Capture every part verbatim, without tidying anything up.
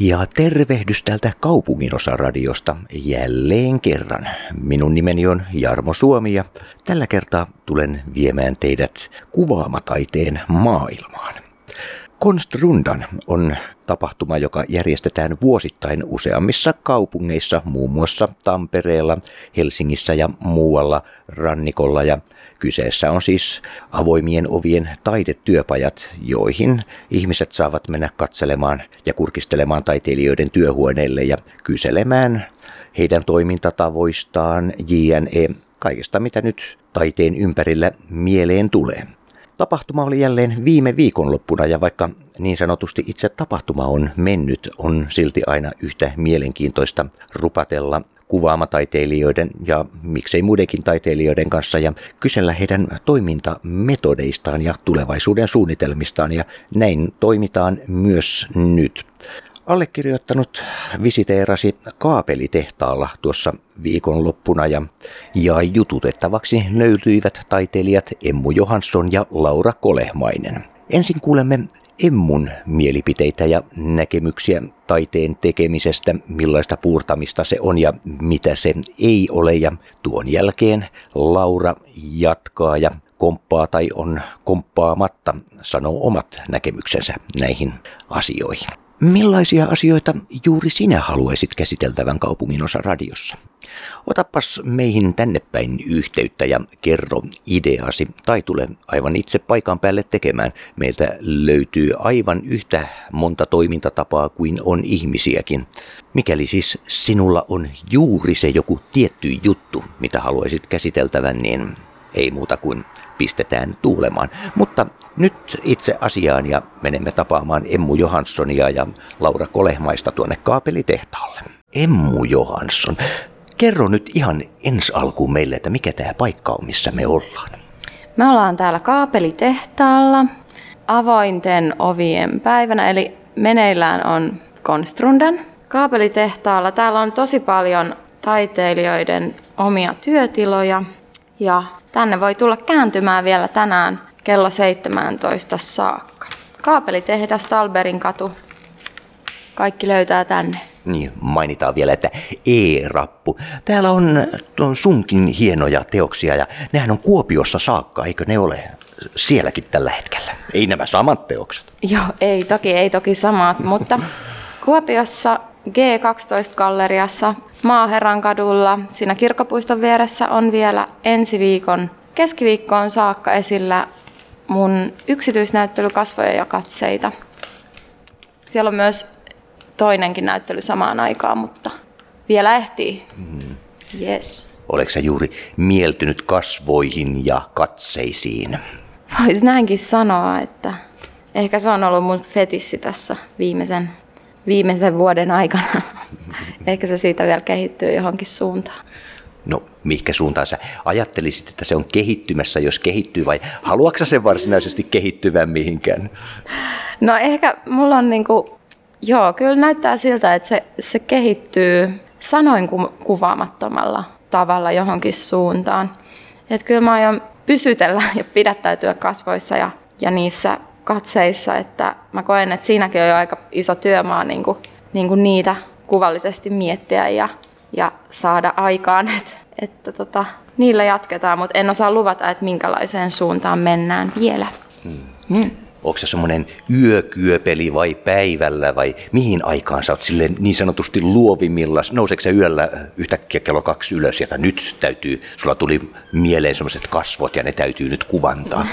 Ja tervehdys täältä kaupunginosradiosta jälleen kerran. Minun nimeni on Jarmo Suomi ja tällä kertaa tulen viemään teidät kuvaamataiteen maailmaan. Konstrundan on tapahtuma, joka järjestetään vuosittain useammissa kaupungeissa, muun muassa Tampereella, Helsingissä ja muualla rannikolla. Ja kyseessä on siis avoimien ovien taidetyöpajat, joihin ihmiset saavat mennä katselemaan ja kurkistelemaan taiteilijoiden työhuoneelle ja kyselemään heidän toimintatavoistaan, jne. Kaikesta, mitä nyt taiteen ympärillä mieleen tulee. Tapahtuma oli jälleen viime viikonloppuna ja vaikka niin sanotusti itse tapahtuma on mennyt, on silti aina yhtä mielenkiintoista rupatella kuvaamataiteilijoiden ja miksei muidenkin taiteilijoiden kanssa ja kysellä heidän toimintametodeistaan ja tulevaisuuden suunnitelmistaan ja näin toimitaan myös nyt. Allekirjoittanut visiteerasi kaapelitehtaalla tuossa viikonloppuna ja, ja jututettavaksi löytyivät taiteilijat Emmu Johansson ja Laura Kolehmainen. Ensin kuulemme Emmun mielipiteitä ja näkemyksiä taiteen tekemisestä, millaista puurtamista se on ja mitä se ei ole. Ja tuon jälkeen Laura jatkaa ja komppaa tai on komppaamatta sanoo omat näkemyksensä näihin asioihin. Millaisia asioita juuri sinä haluaisit käsiteltävän kaupunginosradiossa? Otapas meihin tänne päin yhteyttä ja kerro ideasi tai tule aivan itse paikan päälle tekemään. Meiltä löytyy aivan yhtä monta toimintatapaa kuin on ihmisiäkin. Mikäli siis sinulla on juuri se joku tietty juttu, mitä haluaisit käsiteltävän, niin ei muuta kuin pistetään tuulemaan. Mutta nyt itse asiaan ja menemme tapaamaan Emmu Johanssonia ja Laura Kolehmaista tuonne kaapelitehtaalle. Emmu Johansson, kerro nyt ihan ensi alkuun meille, että mikä tämä paikka on, missä me ollaan. Me ollaan täällä kaapelitehtaalla avointen ovien päivänä, eli meneillään on Konstrundan kaapelitehtaalla. Täällä on tosi paljon taiteilijoiden omia työtiloja ja tänne voi tulla kääntymään vielä tänään kello seitsemäntoista saakka. Kaapelitehdas, Talberin katu. Kaikki löytää tänne. Niin, mainitaan vielä, että E-rappu. Täällä on sunkin hienoja teoksia ja nehän on Kuopiossa saakka, eikö ne ole sielläkin tällä hetkellä? Ei nämä samat teokset. Joo, ei toki, ei toki samat, mutta Kuopiossa G kaksitoista-galleriassa Maaherran kadulla, siinä kirkkopuiston vieressä on vielä ensi viikon keskiviikkoon saakka esillä mun yksityisnäyttely Kasvoja ja katseita. Siellä on myös toinenkin näyttely samaan aikaan, mutta vielä ehtii. Mm. Yes. Oletko sä juuri mieltynyt kasvoihin ja katseisiin? Vois näinkin sanoa, että ehkä se on ollut mun fetissi tässä viimeisen, viimeisen vuoden aikana. Ehkä se siitä vielä kehittyy johonkin suuntaan. No, mihinkä suuntaan sä ajattelisit, että se on kehittymässä, jos kehittyy, vai haluatko sen varsinaisesti kehittyvän mihinkään? No ehkä mulla on niinku, joo, kyllä näyttää siltä, että se, se kehittyy sanoin ku, kuvaamattomalla tavalla johonkin suuntaan. Että kyllä mä aion pysytellä ja pidättäytyä kasvoissa ja, ja niissä katseissa, että mä koen, että siinäkin on jo aika iso työmaa niinku, niinku niitä kuvallisesti miettiä ja ja saada aikaan, että, että tota, niillä jatketaan, mutta en osaa luvata, että minkälaiseen suuntaan mennään vielä. Hmm. Hmm. Onko se semmoinen yökyöpeli vai päivällä vai mihin aikaan sä oot silleen niin sanotusti luovimmillas? Nouseeko sä yöllä yhtäkkiä kello kaksi ylös, että nyt täytyy, sulla tuli mieleen semmoiset kasvot ja ne täytyy nyt kuvantaa?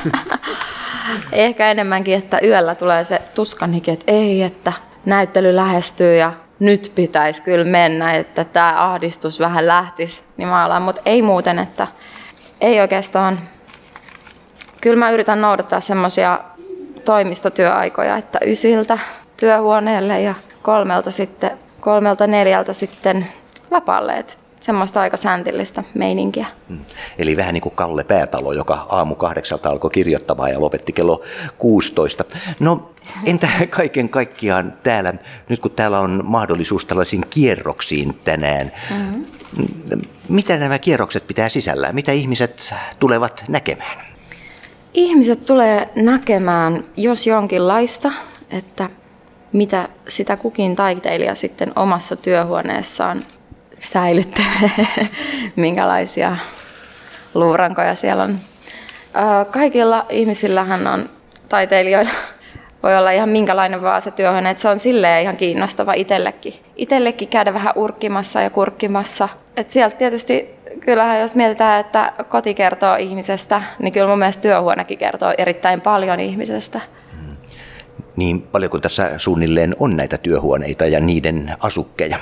Ehkä enemmänkin, että yöllä tulee se tuskanhiki, että ei, että näyttely lähestyy ja nyt pitäisi kyllä mennä, että tämä ahdistus vähän lähtisi niin maalaan, mutta ei muuten, että ei oikeastaan. Kyllä mä yritän noudattaa semmoisia toimistotyöaikoja, että ysiltä työhuoneelle ja kolmelta sitten, kolmelta neljältä sitten vapaalle, että semmoista aika säntillistä meininkiä. Hmm. Eli vähän niin kuin Kalle Päätalo, joka aamu kahdeksalta alkoi kirjoittamaan ja lopetti kello kuusitoista. No entä kaiken kaikkiaan täällä, nyt kun täällä on mahdollisuus tällaisiin kierroksiin tänään, mm-hmm. mitä nämä kierrokset pitää sisällään? Mitä ihmiset tulevat näkemään? Ihmiset tulee näkemään jos jonkinlaista, että mitä sitä kukin taiteilija sitten omassa työhuoneessaan säilyttelee, minkälaisia luurankoja siellä on. Kaikilla ihmisillähän on, taiteilijoilla voi olla ihan minkälainen vaan se työhuone, että se on silleen ihan kiinnostava itsellekin. Itsellekin käydä vähän urkkimassa ja kurkkimassa. Et sieltä tietysti, kyllähän jos mietitään, että koti kertoo ihmisestä, niin kyllä mun mielestä työhuonekin kertoo erittäin paljon ihmisestä. Hmm. Niin paljonko tässä suunnilleen on näitä työhuoneita ja niiden asukkeja?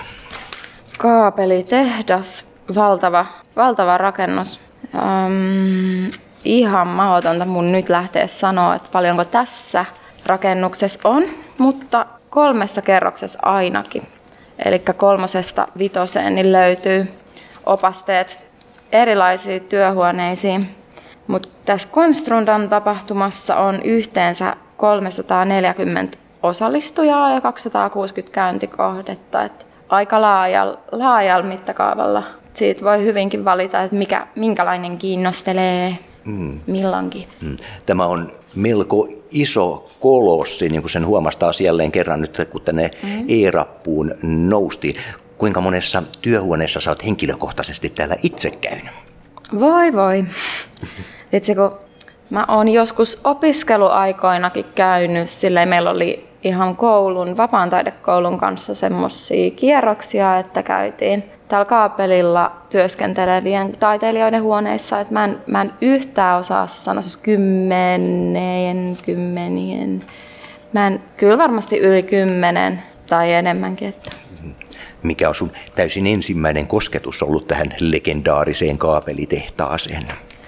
Kaapelitehdas, valtava, valtava rakennus. Um, ihan mahdotonta mun nyt lähteä sanoa, että paljonko tässä rakennuksessa on, mutta kolmessa kerroksessa ainakin. Eli kolmosesta vitoseen niin löytyy opasteet erilaisiin työhuoneisiin. Mutta tässä Konstrundan tapahtumassa on yhteensä kolmesataaneljäkymmentä osallistujaa ja kaksisataakuusikymmentä käyntikohdetta. Et aika laajalla, laajalla mittakaavalla. Siitä voi hyvinkin valita, että mikä, minkälainen kiinnostelee mm. milloinkin. Mm. Tämä on melko iso kolossi, niin kuin sen huomasi taas jälleen kerran nyt, kun tänne mm. E-rappuun nousti. Kuinka monessa työhuoneessa sä oot henkilökohtaisesti täällä itse käynyt? Voi voi. Itse kun mä oon joskus opiskeluaikoinakin käynyt, silleen meillä oli ihan koulun, vapaan taidekoulun kanssa semmoisia kierroksia, että käytiin täällä Kaapelilla työskentelevien taiteilijoiden huoneissa, että mä en, mä en yhtään osaa sanoa, siis kymmenien, kymmenien, mä en, kyllä varmasti yli kymmenen tai enemmänkin. Että. Mikä on sun täysin ensimmäinen kosketus ollut tähän legendaariseen kaapelitehtaaseen?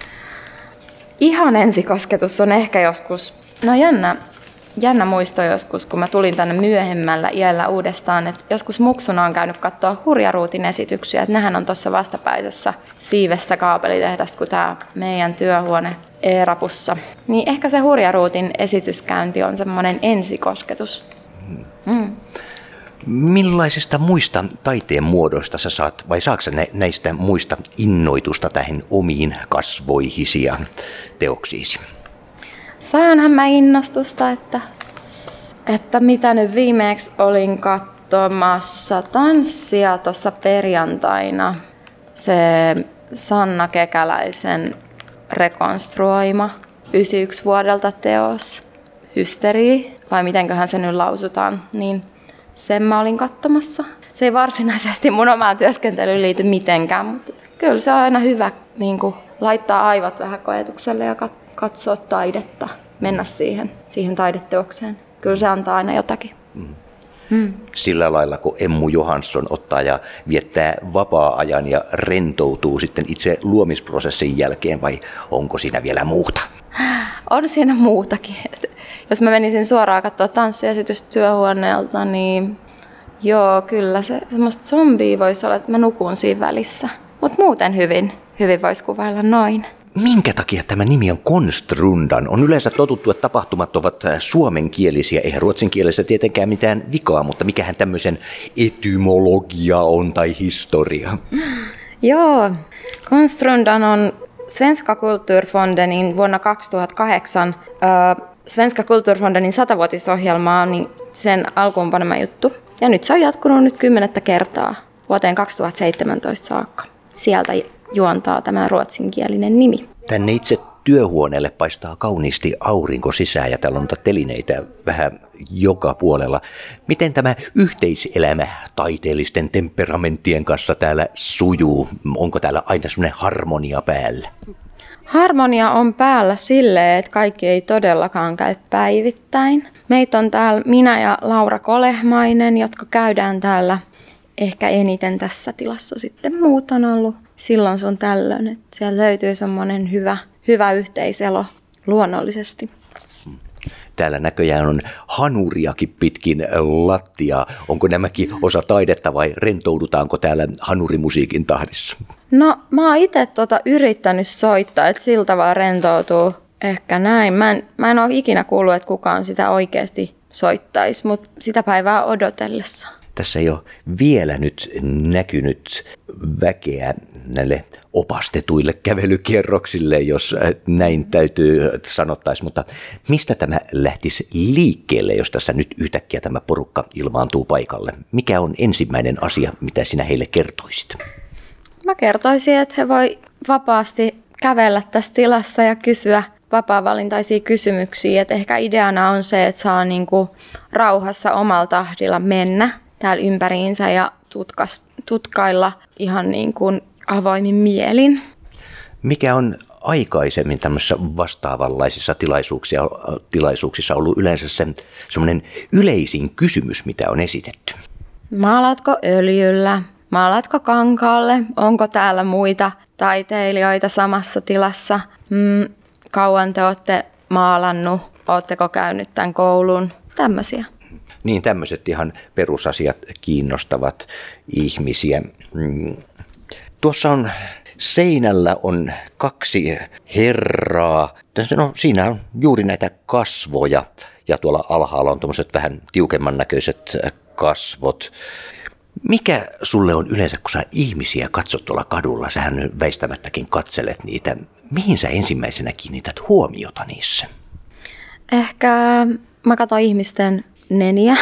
Ihan ensikosketus on ehkä joskus, no jännä, jännä muisto joskus, kun mä tulin tänne myöhemmällä iällä uudestaan, että joskus muksuna on käynyt katsoa Hurjaruutin esityksiä, että nehän on tuossa vastapäisessä siivessä kaapelitehdasta kuin tämä meidän työhuone E-rapussa. Niin ehkä se Hurjaruutin esityskäynti on semmoinen ensikosketus. Mm. Millaisista muista taiteen muodoista sä saat, vai saatko näistä muista innoitusta tähän omiin kasvoihisi ja teoksiisi? Saanhan mä innostusta, että, että mitä nyt viimeksi olin katsomassa tanssia tuossa perjantaina. Se Sanna Kekäläisen rekonstruoima yhdeksänkymmentäyksi vuodelta teos Hysterii, vai mitenköhän se nyt lausutaan, niin sen mä olin katsomassa. Se ei varsinaisesti mun omaan työskentelyyn liity mitenkään, mutta kyllä se on aina hyvä niin kuin laittaa aivot vähän koetukselle ja katsoa taidetta, mennä siihen, siihen taideteokseen. Kyllä se antaa aina jotakin. Mm. Mm. Sillä lailla, kun Emmu Johansson ottaa ja viettää vapaa-ajan ja rentoutuu sitten itse luomisprosessin jälkeen, vai onko siinä vielä muuta? On siinä muutakin. Jos mä menisin suoraan katsoa tanssiesitystä työhuoneelta, niin joo, kyllä se semmoista zombia voisi olla, että mä nukun siinä välissä. Mutta muuten hyvin, hyvin voisi kuvailla noin. Minkä takia tämä nimi on Konstrundan? On yleensä totuttu, että tapahtumat ovat suomenkielisiä, eihän ruotsinkielessä tietenkään mitään vikaa, mutta mikähän tämmöisen etymologia on tai historia? Joo, Konstrundan on Svenska Kulturfondenin vuonna kaksituhattakahdeksan äh, Svenska Kulturfondenin satavuotisohjelmaa, niin sen alkuunpanema juttu. Ja nyt se on jatkunut nyt kymmenettä kertaa vuoteen kaksituhattaseitsemäntoista saakka. Sieltä juontaa tämä ruotsinkielinen nimi. Tänne itse työhuoneelle paistaa kauniisti aurinko sisään ja täällä on telineitä vähän joka puolella. Miten tämä yhteiselämä taiteellisten temperamenttien kanssa täällä sujuu? Onko täällä aina semmoinen harmonia päällä? Harmonia on päällä silleen, että kaikki ei todellakaan käy päivittäin. Meitä on täällä minä ja Laura Kolehmainen, jotka käydään täällä ehkä eniten tässä tilassa. Sitten muut on ollut silloin sun tällöin, että siellä löytyy semmoinen hyvä, hyvä yhteiselo luonnollisesti. Täällä näköjään on hanuriakin pitkin lattiaa. Onko nämäkin osa taidetta vai rentoudutaanko täällä hanurimusiikin tahdissa? No mä oon itse tota yrittänyt soittaa, että siltä vaan rentoutuu ehkä näin. Mä en, mä en ole ikinä kuullut, että kukaan sitä oikeasti soittaisi, mutta sitä päivää odotellessa. Tässä ei ole vielä nyt näkynyt väkeä näille opastetuille kävelykierroksille, jos näin täytyy sanottaisi, mutta mistä tämä lähtisi liikkeelle, jos tässä nyt yhtäkkiä tämä porukka ilmaantuu paikalle? Mikä on ensimmäinen asia, mitä sinä heille kertoisit? Mä kertoisin, että he voi vapaasti kävellä tässä tilassa ja kysyä vapaa-valintaisia kysymyksiä. Et ehkä ideana on se, että saa niinku rauhassa omalla tahdilla mennä täällä ympäriinsä ja tutkas, tutkailla ihan niin kuin avoimin mielin. Mikä on aikaisemmin tämmöisissä vastaavanlaisissa tilaisuuksissa, tilaisuuksissa ollut yleensä se semmoinen yleisin kysymys, mitä on esitetty? Maalaatko öljyllä? Maalaatko kankaalle? Onko täällä muita taiteilijoita samassa tilassa? Mm, kauan te olette maalannut? Oletteko käynyt tämän koulun? Tämmöisiä. Niin, tämmöiset ihan perusasiat kiinnostavat ihmisiä. Tuossa on seinällä on kaksi herraa. No, siinä on juuri näitä kasvoja ja tuolla alhaalla on tuommoiset vähän tiukemman näköiset kasvot. Mikä sulle on yleensä, kun sä ihmisiä katsot tuolla kadulla, sähän väistämättäkin katselet niitä, mihin sä ensimmäisenä kiinnität huomiota niissä? Ehkä mä katson ihmisten neniä.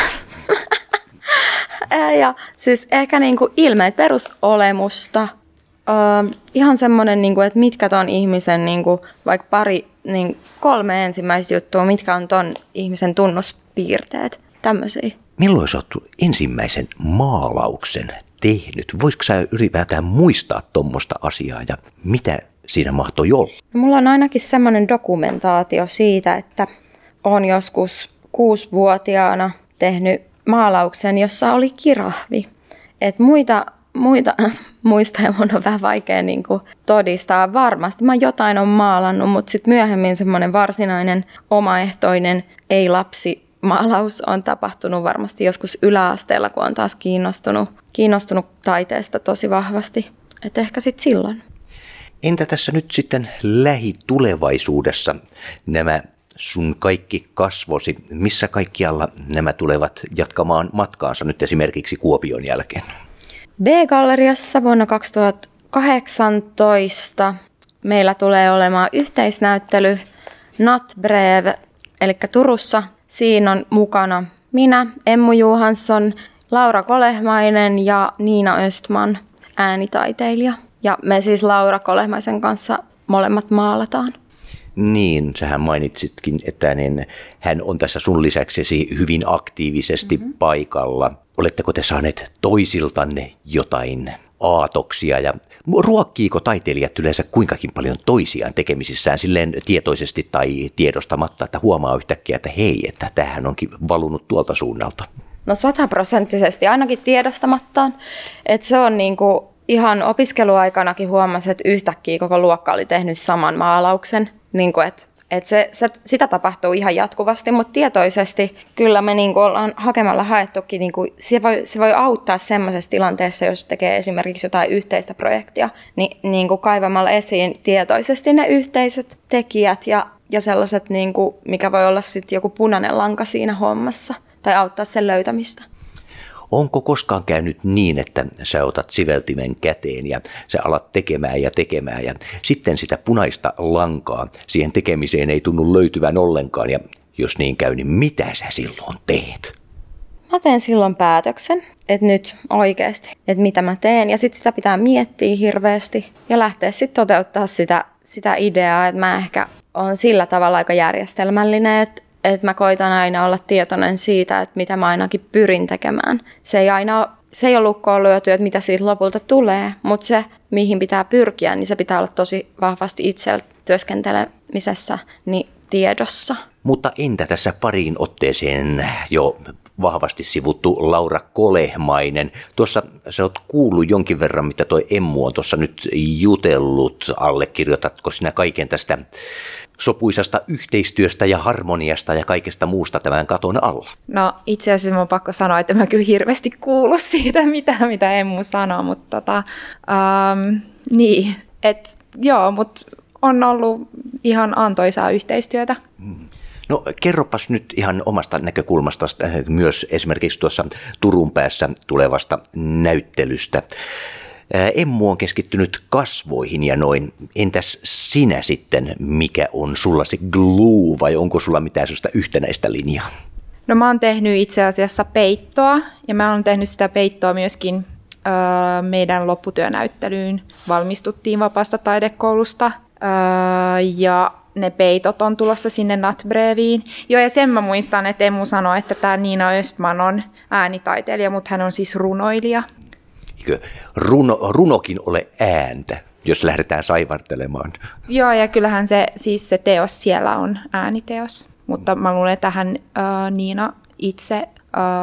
ja siis ehkä niinku ilmeet, perusolemusta. Uh, ihan semmoinen, niinku, että mitkä ton ihmisen, niinku, vaikka pari, niin kolme ensimmäistä juttua, mitkä on ton ihmisen tunnuspiirteet, tämmöisiä. Milloin sä oot ensimmäisen maalauksen tehnyt? Voisitko sä ylipäätään muistaa tuommoista asiaa ja mitä siinä mahtoi olla? No, mulla on ainakin semmoinen dokumentaatio siitä, että olen joskus kuusivuotiaana tehnyt maalauksen, jossa oli kirahvi. Et muita, muita muista mun on vähän vaikea niin kuin todistaa varmasti. Mä jotain on maalannut, mutta sitten myöhemmin semmoinen varsinainen omaehtoinen ei-lapsi maalaus on tapahtunut varmasti joskus yläasteella, kun on taas kiinnostunut, kiinnostunut taiteesta tosi vahvasti. Et ehkä sitten silloin. Entä tässä nyt sitten lähitulevaisuudessa nämä sun kaikki kasvosi, missä kaikkialla nämä tulevat jatkamaan matkaansa nyt esimerkiksi Kuopion jälkeen? B-galleriassa vuonna kaksituhattakahdeksantoista meillä tulee olemaan yhteisnäyttely Nattbrev, eli Turussa. Siinä on mukana minä, Emmu Johansson, Laura Kolehmainen ja Niina Östman, äänitaiteilija. Ja me siis Laura Kolehmaisen kanssa molemmat maalataan. Niin, sähän mainitsitkin, että niin, hän on tässä sun lisäksesi hyvin aktiivisesti mm-hmm. paikalla. Oletteko te saaneet toisiltanne jotain aatoksia ja ruokkiiko taiteilijat yleensä kuinkakin paljon toisiaan tekemisissään silleen tietoisesti tai tiedostamatta, että huomaa yhtäkkiä, että hei, että tämähän onkin valunut tuolta suunnalta? No sataprosenttisesti ainakin tiedostamattaan, että se on niinku ihan opiskeluaikanakin huomasi, että yhtäkkiä koko luokka oli tehnyt saman maalauksen, niin kuin, että Et se, se, sitä tapahtuu ihan jatkuvasti, mutta tietoisesti kyllä me niinku ollaan hakemalla haettukin, niinku, se, voi, se voi auttaa semmoisessa tilanteessa, jos tekee esimerkiksi jotain yhteistä projektia, niin niinku kaivamalla esiin tietoisesti ne yhteiset tekijät ja, ja sellaiset, niinku, mikä voi olla sitten joku punainen lanka siinä hommassa tai auttaa sen löytämistä. Onko koskaan käynyt niin, että sä otat siveltimen käteen ja sä alat tekemään ja tekemään ja sitten sitä punaista lankaa siihen tekemiseen ei tunnu löytyvän ollenkaan ja jos niin käy, niin mitä sä silloin teet? Mä teen silloin päätöksen, että nyt oikeasti, että mitä mä teen ja sitten sitä pitää miettiä hirveästi ja lähteä sitten toteuttaa sitä, sitä ideaa, että mä ehkä on sillä tavalla aika järjestelmällinen, että että mä koitan aina olla tietoinen siitä, että mitä mä ainakin pyrin tekemään. Se ei aina ole, se ei ole lukkoon lyöty, että mitä siitä lopulta tulee, mutta se, mihin pitää pyrkiä, niin se pitää olla tosi vahvasti itsellä työskentelemisessä niin tiedossa. Mutta entä tässä pariin otteeseen jo vahvasti sivuttu Laura Kolehmainen? Tuossa sä oot kuullut jonkin verran, mitä toi Emmu on tuossa nyt jutellut. Allekirjoitatko sinä kaiken tästä sopuisasta yhteistyöstä ja harmoniasta ja kaikesta muusta tämän katon alla? No itse asiassa mun on pakko sanoa, että mä kyllä hirveästi kuulu siitä, mitä, mitä Emmu sanoo, mutta tota, ähm, niin, että joo, mutta on ollut ihan antoisaa yhteistyötä. No kerropas nyt ihan omasta näkökulmasta myös esimerkiksi tuossa Turun päässä tulevasta näyttelystä. Emmu on keskittynyt kasvoihin ja noin. Entäs sinä sitten, mikä on sulla se glue vai onko sulla mitään sellaista yhtenäistä linjaa? No mä oon tehnyt itse asiassa peittoa ja mä oon tehnyt sitä peittoa myöskin öö, meidän lopputyönäyttelyyn. Valmistuttiin vapaasta taidekoulusta öö, ja ne peitot on tulossa sinne Nattbreviin. Joo, ja sen mä muistan, että Emmu sanoi, että tämä Nina Östman on äänitaiteilija, mutta hän on siis runoilija. Eikö runo, runokin ole ääntä, jos lähdetään saivartelemaan? Joo, ja kyllähän se, siis se teos siellä on ääniteos. Mutta mä luulen, että hän, äh, Niina itse äh,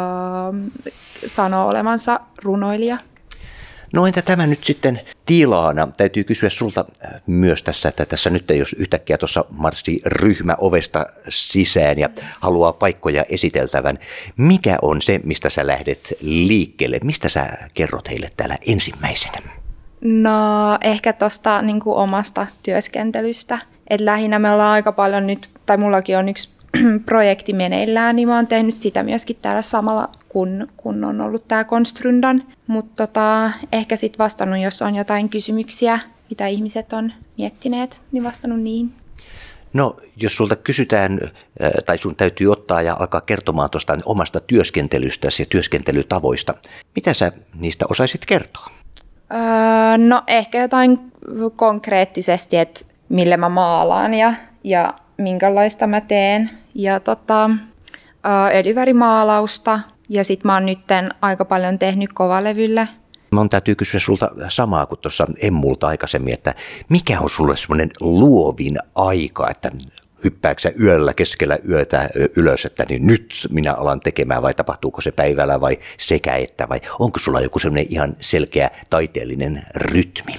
sanoo olevansa runoilija. No entä tämä nyt sitten tilana? Täytyy kysyä sulta myös tässä, että tässä nyt jos yhtäkkiä tuossa marssii ryhmä ovesta sisään ja haluaa paikkoja esiteltävän. Mikä on se, mistä sä lähdet liikkeelle? Mistä sä kerrot heille täällä ensimmäisenä? No ehkä tuosta niin kuin omasta työskentelystä. Et lähinnä me ollaan aika paljon nyt, tai mullakin on yksi projekti meneillään, niin mä oon tehnyt sitä myöskin täällä samalla, kun, kun on ollut tää Konstrundan. Mutta tota, ehkä sitten vastannut, jos on jotain kysymyksiä, mitä ihmiset on miettineet, niin vastannut niihin. No, jos sulta kysytään, tai sun täytyy ottaa ja alkaa kertomaan tuosta omasta työskentelystäsi ja työskentelytavoista, mitä sä niistä osaisit kertoa? Öö, no ehkä jotain konkreettisesti, että millä mä maalaan ja, ja minkälaista mä teen. Ja tota, öljyvärimaalausta. Ja sit mä oon nytten aika paljon tehnyt kovalevylle. Mun täytyy kysyä sulta samaa kuin tuossa Emmulta aikaisemmin, että mikä on sulle semmoinen luovin aika, että hyppääkö sä yöllä keskellä yötä ylös, että niin nyt minä alan tekemään vai tapahtuuko se päivällä vai sekä että vai onko sulla joku semmoinen ihan selkeä taiteellinen rytmi?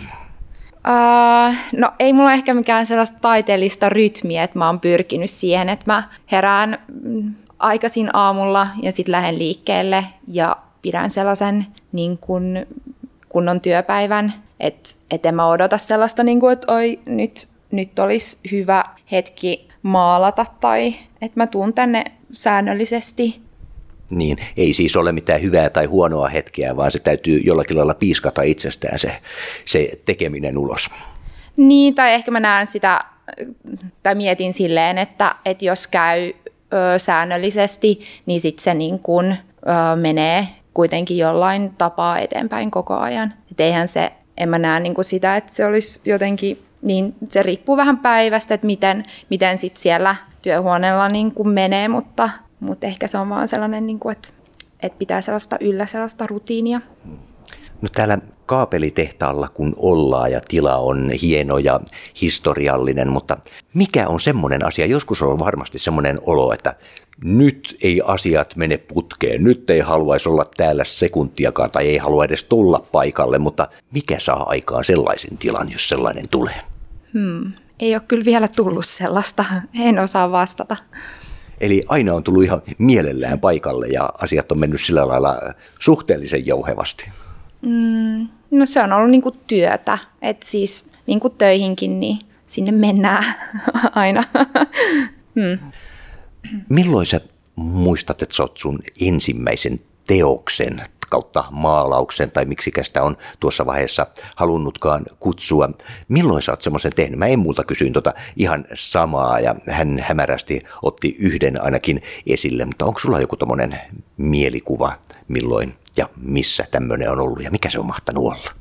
Uh, no ei mulla ehkä mikään sellaista taiteellista rytmiä, että mä oon pyrkinyt siihen, että mä herään aikaisin aamulla ja sitten lähden liikkeelle ja pidän sellaisen niin kun, kunnon työpäivän, että et en mä odota sellaista, niin kun, että oi, nyt, nyt olisi hyvä hetki maalata tai että mä tuun tänne säännöllisesti. Niin, ei siis ole mitään hyvää tai huonoa hetkeä, vaan se täytyy jollakin lailla piiskata itsestään se, se tekeminen ulos. Niin, tai ehkä mä näen sitä, tai mietin silleen, että, että jos käy ö, säännöllisesti, niin sitten se niin kun, ö, menee kuitenkin jollain tapaa eteenpäin koko ajan. Et eihän se, en mä näe niin kun sitä, että se olisi jotenkin, niin se riippuu vähän päivästä, että miten, miten sitten siellä työhuoneella niin kun menee, mutta... Mutta ehkä se on vaan sellainen, että, että pitää sellaista yllä sellaista rutiinia. No täällä kaapelitehtaalla kun ollaan ja tila on hieno ja historiallinen, mutta mikä on semmoinen asia, joskus on varmasti semmoinen olo, että nyt ei asiat mene putkeen, nyt ei haluaisi olla täällä sekuntiakaan tai ei halua edes tulla paikalle, mutta mikä saa aikaan sellaisen tilan, jos sellainen tulee? Hmm. Ei ole kyllä vielä tullut sellaista, en osaa vastata. Eli aina on tullut ihan mielellään paikalle ja asiat on mennyt sillä lailla suhteellisen jouhevasti. Mm, no se on ollut niinku työtä, että siis niinku töihinkin niin sinne mennään aina. hmm. Milloin sä muistat, että sä oot sun ensimmäisen teoksen kautta maalauksen tai miksikä sitä on tuossa vaiheessa halunnutkaan kutsua. Milloin sä oot semmoisen tehnyt? Mä en multa kysyin tota ihan samaa ja hän hämärästi otti yhden ainakin esille, mutta onko sulla joku tommonen mielikuva milloin ja missä tämmöinen on ollut ja mikä se on mahtanut olla?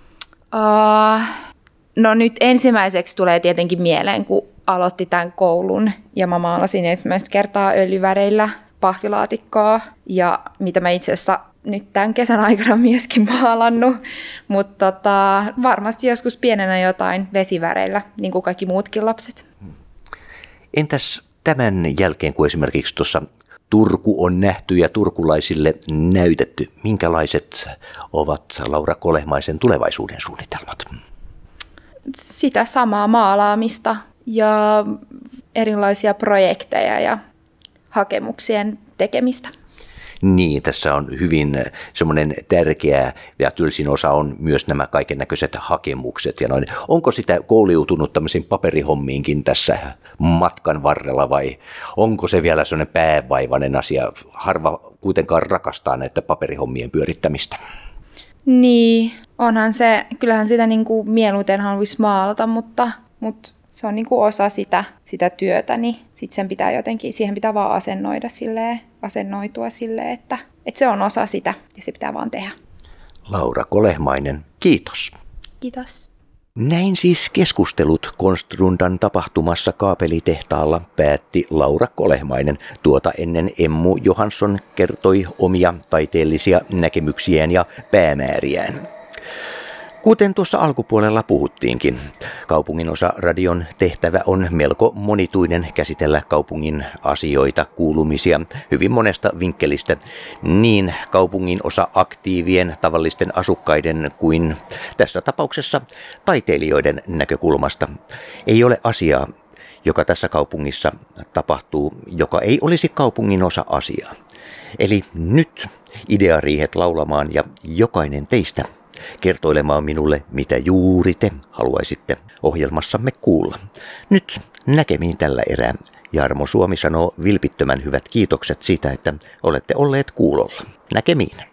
Uh, no nyt ensimmäiseksi tulee tietenkin mieleen, kun aloitti tämän koulun ja mä maalasin ensimmäistä kertaa öljyväreillä pahvilaatikkoa ja mitä mä itse asiassa nyt tämän kesän aikana myöskin maalannut, mutta tota, varmasti joskus pienenä jotain vesiväreillä, niin kuin kaikki muutkin lapset. Entäs tämän jälkeen, kun esimerkiksi tuossa Turku on nähty ja turkulaisille näytetty, minkälaiset ovat Laura Kolehmaisen tulevaisuuden suunnitelmat? Sitä samaa maalaamista ja erilaisia projekteja ja hakemuksien tekemistä. Niin, tässä on hyvin semmoinen tärkeä ja tylsin osa on myös nämä kaiken näköiset hakemukset ja noin. Onko sitä kouluutunut tämmöisiin paperihommiinkin tässä matkan varrella vai onko se vielä semmoinen päävaivainen asia? Harva kuitenkaan rakastaa näitä paperihommien pyörittämistä. Niin, onhan se, kyllähän sitä niin kuin mieluiten haluaisi maalata, mutta, mutta se on niin kuin osa sitä, sitä työtä, niin sit sen pitää jotenkin, siihen pitää vaan asennoida silleen, asennoitua silleen, että, että se on osa sitä ja se pitää vaan tehdä. Laura Kolehmainen, kiitos. Kiitos. Näin siis keskustelut Konstrundan tapahtumassa kaapelitehtaalla päätti Laura Kolehmainen. Tuota ennen Emmu Johansson kertoi omia taiteellisia näkemyksiään ja päämääriään. Kuten tuossa alkupuolella puhuttiinkin, kaupunginosaradion tehtävä on melko monituinen käsitellä kaupungin asioita, kuulumisia hyvin monesta vinkkelistä, niin kaupungin osa aktiivien tavallisten asukkaiden kuin tässä tapauksessa taiteilijoiden näkökulmasta. Ei ole asiaa, joka tässä kaupungissa tapahtuu, joka ei olisi kaupungin osa asiaa. Eli nyt ideariihet laulamaan ja jokainen teistä kertoilemaan minulle, mitä juuri te haluaisitte ohjelmassamme kuulla. Nyt näkemiin tällä erää. Jarmo Suomi sanoo vilpittömän hyvät kiitokset siitä, että olette olleet kuulolla. Näkemiin.